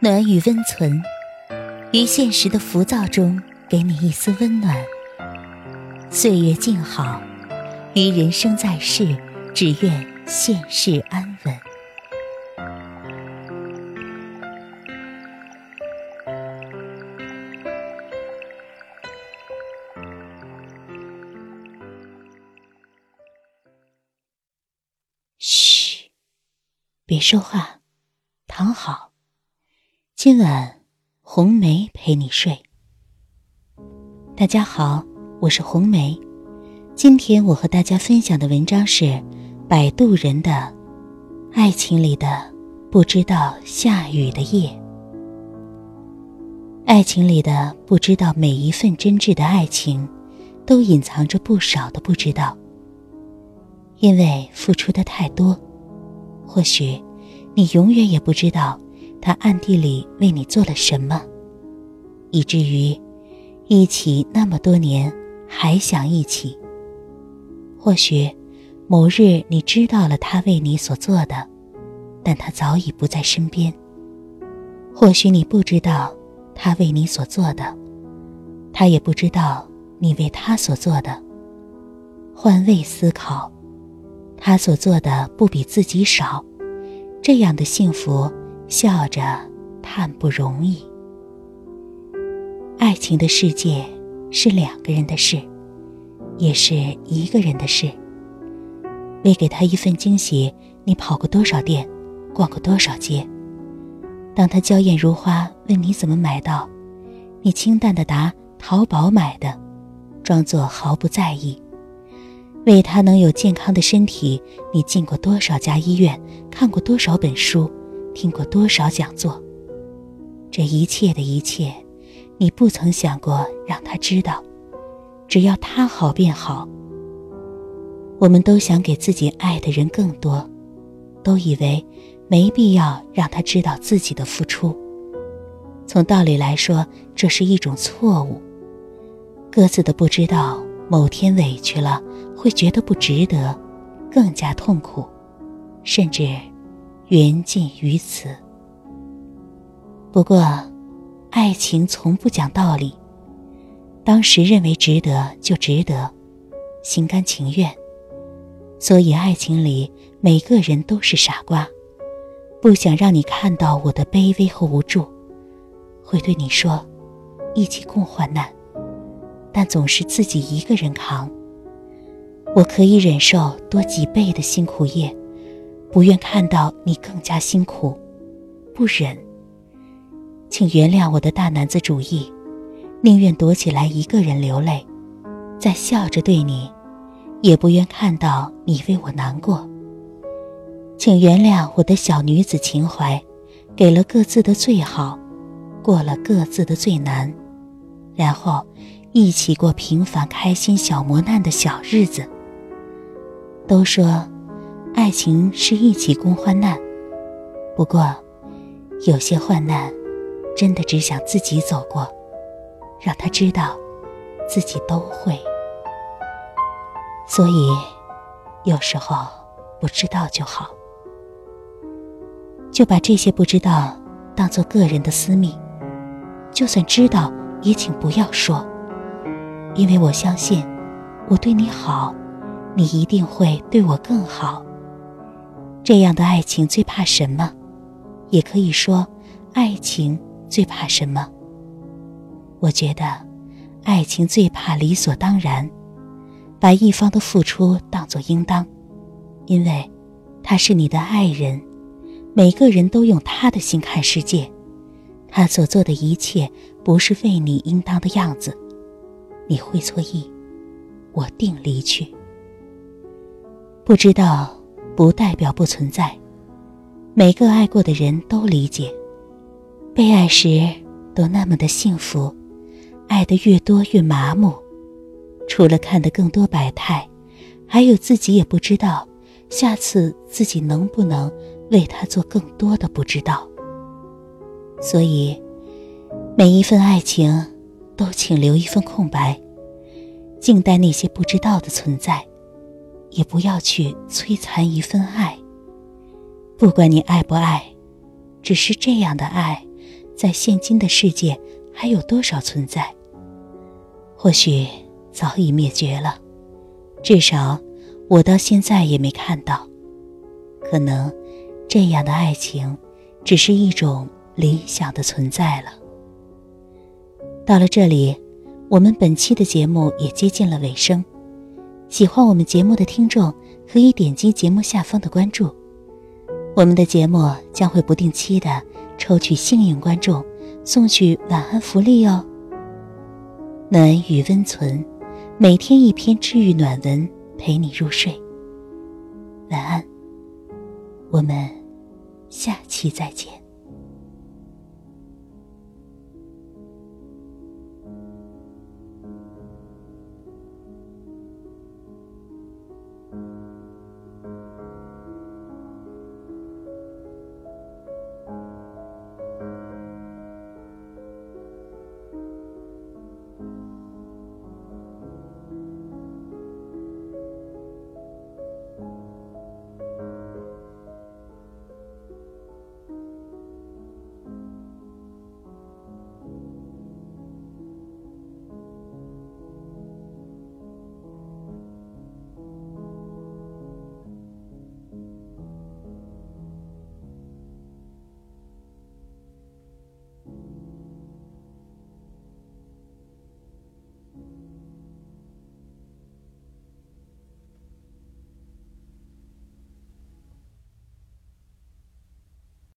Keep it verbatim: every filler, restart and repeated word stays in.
暖与温存，于现实的浮躁中给你一丝温暖。岁月静好，于人生在世，只愿现世安稳。嘘，别说话，躺好。今晚红梅陪你睡。大家好，我是红梅。今天我和大家分享的文章是摆渡人的爱情里的不知道下雨的夜。爱情里的不知道，每一份真挚的爱情都隐藏着不少的不知道。因为付出的太多，或许你永远也不知道他暗地里为你做了什么，以至于一起那么多年还想一起。或许某日你知道了他为你所做的，但他早已不在身边。或许你不知道他为你所做的，他也不知道你为他所做的。换位思考，他所做的不比自己少，这样的幸福笑着叹不容易。爱情的世界是两个人的事，也是一个人的事。为给他一份惊喜，你跑过多少店，逛过多少街。当他娇艳如花问你怎么买到，你清淡地答淘宝买的，装作毫不在意。为他能有健康的身体，你进过多少家医院，看过多少本书，听过多少讲座。这一切的一切，你不曾想过让他知道，只要他好便好。我们都想给自己爱的人更多，都以为没必要让他知道自己的付出。从道理来说，这是一种错误。各自的不知道，某天委屈了，会觉得不值得，更加痛苦，甚至缘尽于此。不过爱情从不讲道理，当时认为值得就值得，心甘情愿。所以爱情里每个人都是傻瓜，不想让你看到我的卑微和无助，会对你说一起共患难，但总是自己一个人扛。我可以忍受多几倍的辛苦夜，不愿看到你更加辛苦，不忍。请原谅我的大男子主义，宁愿躲起来一个人流泪，再笑着对你，也不愿看到你为我难过。请原谅我的小女子情怀，给了各自的最好，过了各自的最难，然后一起过平凡开心小磨难的小日子。都说爱情是一起共患难，不过有些患难真的只想自己走过，让他知道自己都会。所以有时候不知道就好，就把这些不知道当作个人的私密，就算知道也请不要说，因为我相信我对你好，你一定会对我更好。这样的爱情最怕什么？也可以说爱情最怕什么？我觉得爱情最怕理所当然，把一方的付出当作应当，因为他是你的爱人，每个人都用他的心看世界，他所做的一切不是为你应当的样子，你会错意，我定离去。不知道不代表不存在，每个爱过的人都理解，被爱时都那么的幸福，爱得越多越麻木，除了看得更多百态，还有自己也不知道下次自己能不能为他做更多的不知道。所以每一份爱情都请留一份空白，静待那些不知道的存在，也不要去摧残一份爱。不管你爱不爱，只是这样的爱在现今的世界还有多少存在？或许早已灭绝了，至少我到现在也没看到。可能这样的爱情只是一种理想的存在了。到了这里，我们本期的节目也接近了尾声。喜欢我们节目的听众可以点击节目下方的关注，我们的节目将会不定期的抽取幸运观众送去晚安福利哦。暖与温存，每天一篇治愈暖文陪你入睡。晚安，我们下期再见。